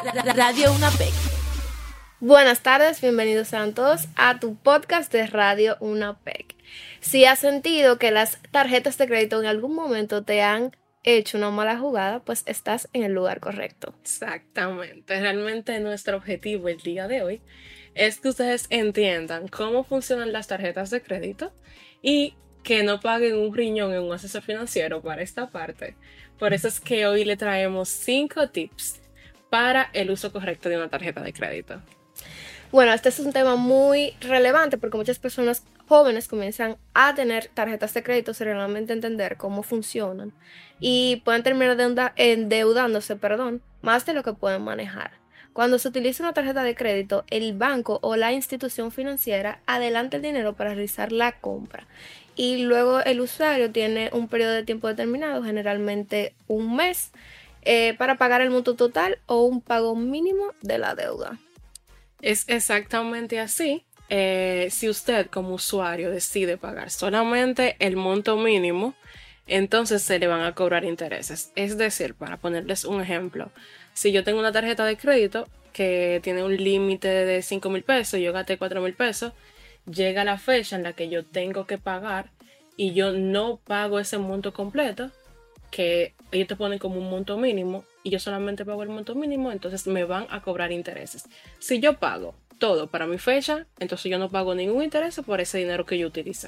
Radio UNAPEC. Buenas tardes, bienvenidos sean todos a tu podcast de Radio UNAPEC. Si has sentido que las tarjetas de crédito en algún momento te han hecho una mala jugada, pues estás en el lugar correcto. Exactamente. Realmente nuestro objetivo el día de hoy es que ustedes entiendan cómo funcionan las tarjetas de crédito y que no paguen un riñón en un asesor financiero para esta parte. Por eso es que hoy le traemos 5 tips para el uso correcto de una tarjeta de crédito. Bueno, este es un tema muy relevante porque muchas personas jóvenes comienzan a tener tarjetas de crédito sin realmente entender cómo funcionan y pueden terminar endeudándose, más de lo que pueden manejar. Cuando se utiliza una tarjeta de crédito, el banco o la institución financiera adelanta el dinero para realizar la compra y luego el usuario tiene un periodo de tiempo determinado, generalmente un mes, para pagar el monto total o un pago mínimo de la deuda. Es exactamente así. Si usted como usuario decide pagar solamente el monto mínimo, entonces se le van a cobrar intereses. Es decir, para ponerles un ejemplo, si yo tengo una tarjeta de crédito que tiene un límite de 5,000 pesos, yo gasté 4,000 pesos, llega la fecha en la que yo tengo que pagar y yo no pago ese monto completo, que ellos te ponen como un monto mínimo y yo solamente pago el monto mínimo, entonces me van a cobrar intereses. Si yo pago todo para mi fecha, entonces yo no pago ningún interés por ese dinero que yo utilicé.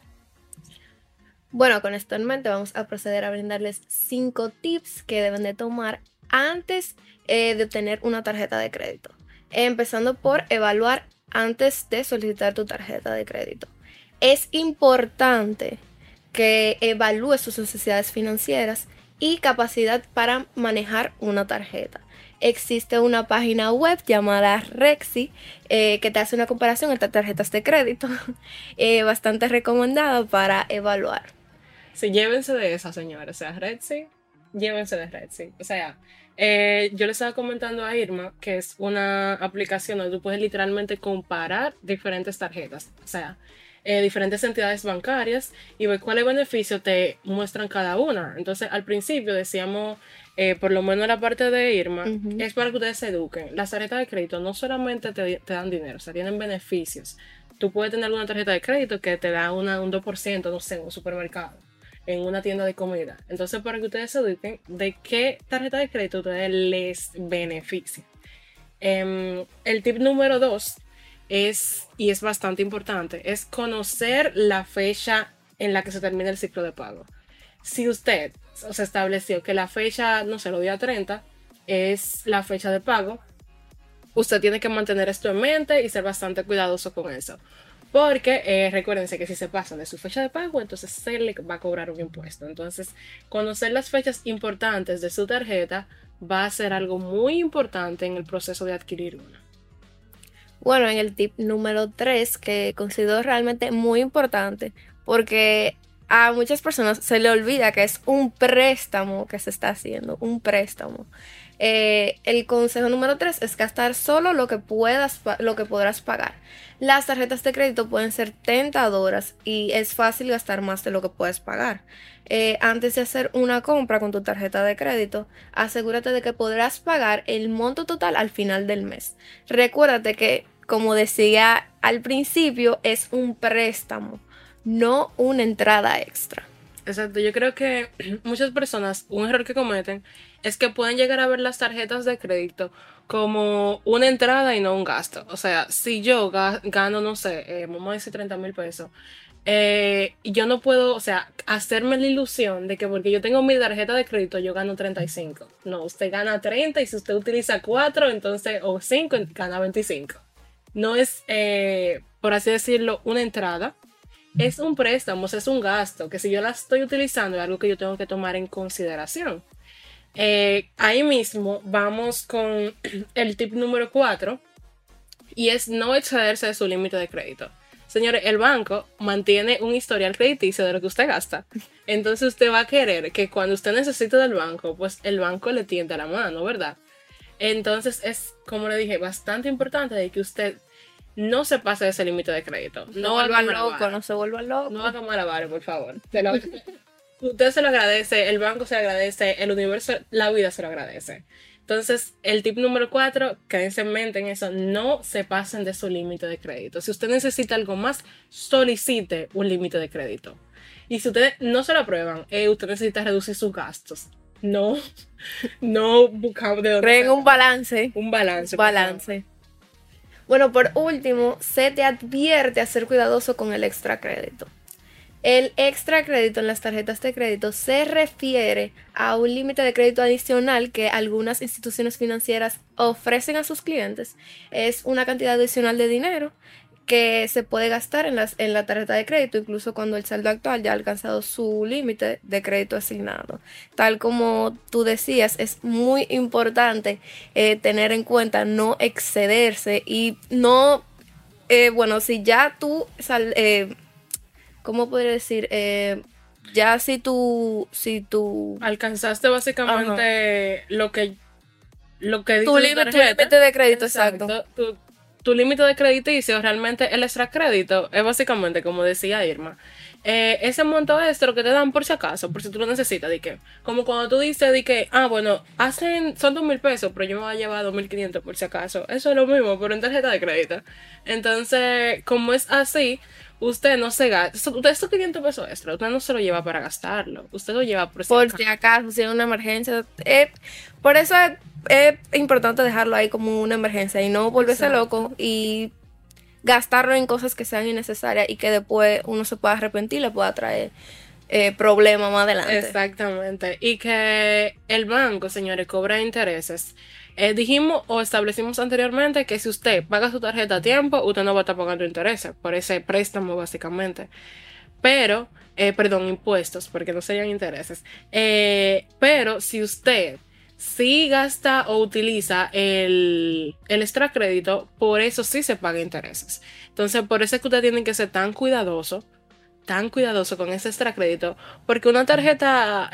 Bueno, con esto en mente vamos a proceder a brindarles 5 tips que deben de tomar antes de obtener una tarjeta de crédito. Empezando por evaluar antes de solicitar tu tarjeta de crédito. Es importante que evalúes tus necesidades financieras y capacidad para manejar una tarjeta. Existe una página web llamada Rexy que te hace una comparación entre tarjetas de crédito bastante recomendada para evaluar. Sí, llévense de esa, señora. O sea, Rexy, llévense de Rexy. O sea, yo le estaba comentando a Irma que es una aplicación donde tú puedes literalmente comparar diferentes tarjetas. O sea, diferentes entidades bancarias y ver cuáles beneficios te muestran cada una. Entonces, al principio decíamos, por lo menos la parte de Irma, es para que ustedes se eduquen. Las tarjetas de crédito no solamente te dan dinero, o sea, tienen beneficios. Tú puedes tener alguna tarjeta de crédito que te da un 2%, no sé, en un supermercado, en una tienda de comida. Entonces, para que ustedes se eduquen de qué tarjeta de crédito a ustedes les beneficia. El tip número 2 es bastante importante, es conocer la fecha en la que se termina el ciclo de pago. Si usted se estableció que la fecha, no sé, los días 30 es la fecha de pago, usted tiene que mantener esto en mente y ser bastante cuidadoso con eso. Porque recuérdense que si se pasan de su fecha de pago, entonces se le va a cobrar un impuesto. Entonces, conocer las fechas importantes de su tarjeta va a ser algo muy importante en el proceso de adquirir una. Bueno, en el tip número 3, que considero realmente muy importante, porque a muchas personas se le olvida que es un préstamo que se está haciendo, un préstamo. El consejo número 3 es gastar solo lo que podrás pagar. Las tarjetas de crédito pueden ser tentadoras y es fácil gastar más de lo que puedes pagar. Antes de hacer una compra con tu tarjeta de crédito, asegúrate de que podrás pagar el monto total al final del mes. Recuérdate que, como decía al principio, es un préstamo, no una entrada extra. Exacto, yo creo que muchas personas, un error que cometen es que pueden llegar a ver las tarjetas de crédito como una entrada y no un gasto. O sea, si yo gano, no sé, vamos a decir 30,000 pesos, y yo no puedo, o sea, hacerme la ilusión de que porque yo tengo mi tarjeta de crédito yo gano 35. No, usted gana 30 y si usted utiliza 4, entonces, o 5, gana 25. No es, por así decirlo, una entrada. Es un préstamo, es un gasto, que si yo la estoy utilizando es algo que yo tengo que tomar en consideración. Ahí mismo vamos con el tip número 4 y es no excederse de su límite de crédito. Señores, el banco mantiene un historial crediticio de lo que usted gasta. Entonces usted va a querer que cuando usted necesite del banco, pues el banco le tienda la mano, ¿verdad? Entonces es, como le dije, bastante importante de que usted no se pase de ese límite de crédito. No se vuelva loco. No haga malabares, por favor. Usted se lo agradece, el banco se lo agradece, el universo, la vida se lo agradece. Entonces, el tip número 4, quédense en mente en eso, no se pasen de su límite de crédito. Si usted necesita algo más, solicite un límite de crédito. Y si ustedes no se lo aprueban, usted necesita reducir sus gastos. No buscamos de dónde. Creen un balance. Un balance. Balance. Bueno, por último, se te advierte a ser cuidadoso con el extra crédito. El extra crédito en las tarjetas de crédito se refiere a un límite de crédito adicional que algunas instituciones financieras ofrecen a sus clientes. Es una cantidad adicional de dinero que se puede gastar en la tarjeta de crédito, incluso cuando el saldo actual ya ha alcanzado su límite de crédito asignado. Tal como tú decías, es muy importante tener en cuenta no excederse y no, si ya tú, ¿cómo podría decir? Ya si tú alcanzaste básicamente lo que dice tu límite de crédito, exacto. Tu límite de crediticio, realmente el extra crédito es básicamente, como decía Irma, ese monto extra que te dan por si acaso, por si tú lo necesitas, de que, como cuando tú dices de que, son 2,000 pesos, pero yo me voy a llevar 2,500 por si acaso. Eso es lo mismo, pero en tarjeta de crédito. Entonces, como es así, usted no se gasta, esos 500 pesos extra, usted no se lo lleva para gastarlo, usted lo lleva por si acaso, si hay una emergencia. Por eso es importante dejarlo ahí como una emergencia y no volverse loco y gastarlo en cosas que sean innecesarias y que después uno se pueda arrepentir y le pueda traer problemas más adelante. Exactamente. Y que el banco, señores, cobra intereses. Dijimos o establecimos anteriormente que si usted paga su tarjeta a tiempo, usted no va a estar pagando intereses por ese préstamo básicamente. Pero, impuestos, porque no serían intereses. Pero si usted sí gasta o utiliza el extra crédito, por eso sí se paga intereses. Entonces, por eso es que usted tiene que ser tan cuidadoso con ese extra crédito, porque una tarjeta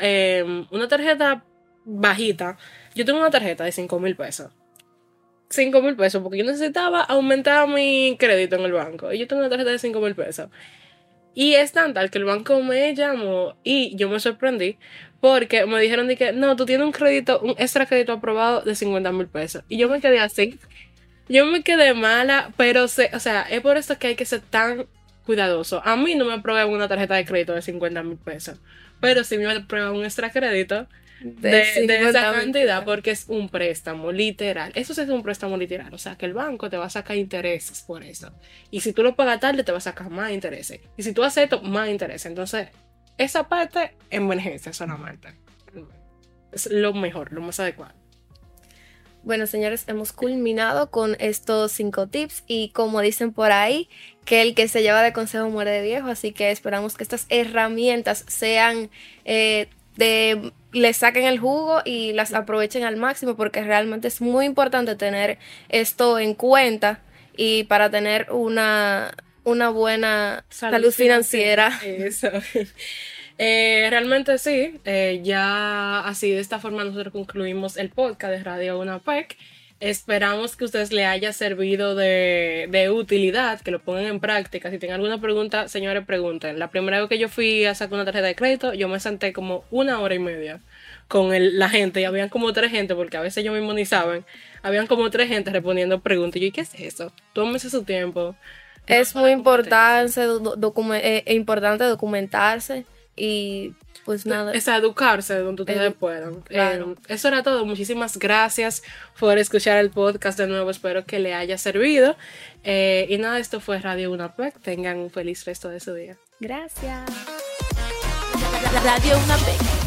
bajita, yo tengo una tarjeta de 5,000 pesos. 5,000 pesos, porque yo necesitaba aumentar mi crédito en el banco. Y yo tengo una tarjeta de 5,000 pesos. Y es tan tal que el banco me llamó y yo me sorprendí porque me dijeron de que no, tú tienes un extra crédito aprobado de 50,000 pesos. Y yo me quedé así. Yo me quedé mala, pero es por eso que hay que ser tan cuidadoso. A mí no me aprueban una tarjeta de crédito de 50,000 pesos, pero sí me aprueban un extra crédito de esa cantidad porque es un préstamo literal. Eso sí es un préstamo literal, o sea que el banco te va a sacar intereses por eso. Y si tú lo pagas tarde te va a sacar más intereses. Y si tú haces esto, más intereses. Entonces, esa parte, emergencia solamente. Es lo mejor, lo más adecuado. Bueno, señores, hemos culminado con estos 5 tips y como dicen por ahí, que el que se lleva de consejo muere de viejo, así que esperamos que estas herramientas sean le saquen el jugo y las aprovechen al máximo, porque realmente es muy importante tener esto en cuenta y para tener una buena salud financiera. Eso. Realmente sí, ya así de esta forma nosotros concluimos el podcast de Radio UNAPEC. Esperamos que a ustedes les haya servido de utilidad, que lo pongan en práctica. Si tienen alguna pregunta, señores, pregunten. La primera vez que yo fui a sacar una tarjeta de crédito, yo me senté como 1 hora y media con la gente y habían como 3 gente, porque a veces yo mismo ni saben, habían como 3 gente respondiendo preguntas. Y yo, ¿qué es eso? Tómense su tiempo. Es muy importante documentarse. Y pues nada. Es educarse donde ustedes puedan. Claro. Eso era todo. Muchísimas gracias por escuchar el podcast de nuevo. Espero que le haya servido. Y nada, esto fue Radio UNAPEC. Tengan un feliz resto de su día. Gracias. Radio UNAPEC.